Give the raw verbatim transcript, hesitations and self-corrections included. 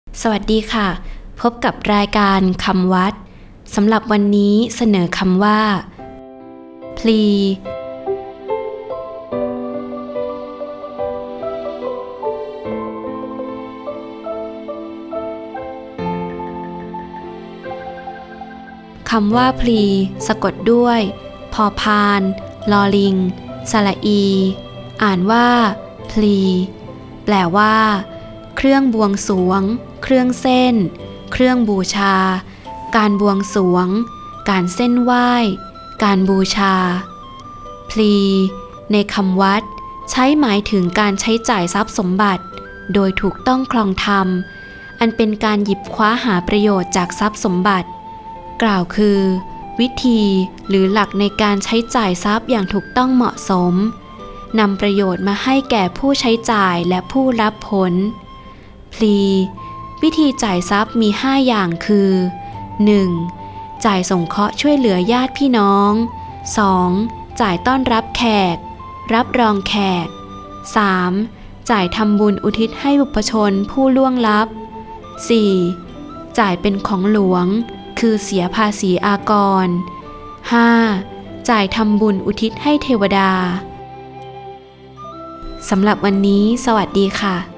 สวัสดีค่ะพบกับรายการคำวัดสำหรับวันนี้เสนอคำว่าพลีคำว่าพลีสะกดด้วยพอพานลอลิงสระอีอ่านว่าพลีแปลว่าเครื่องบวงสรวงเครื่องเส้นเครื่องบูชาการบวงสรวงการเส้นไหว้การบูชาพลีในคำวัดใช้หมายถึงการใช้จ่ายทรัพย์สมบัติโดยถูกต้องคลองธรรมอันเป็นการหยิบคว้าหาประโยชน์จากทรัพย์สมบัติกล่าวคือวิธีหรือหลักในการใช้จ่ายทรัพย์อย่างถูกต้องเหมาะสมนำประโยชน์มาให้แก่ผู้ใช้จ่ายและผู้รับผลพลีวิธีจ่ายทรัพย์มีห้าอย่างคือ หนึ่ง. จ่ายสงเคราะห์ช่วยเหลือญาติพี่น้อง สอง. จ่ายต้อนรับแขกรับรองแขก สาม. จ่ายทำบุญอุทิศให้บุพชนผู้ล่วงลับ สี่. จ่ายเป็นของหลวงคือเสียภาษีอากร ห้า. จ่ายทำบุญอุทิศให้เทวดาสำหรับวันนี้สวัสดีค่ะ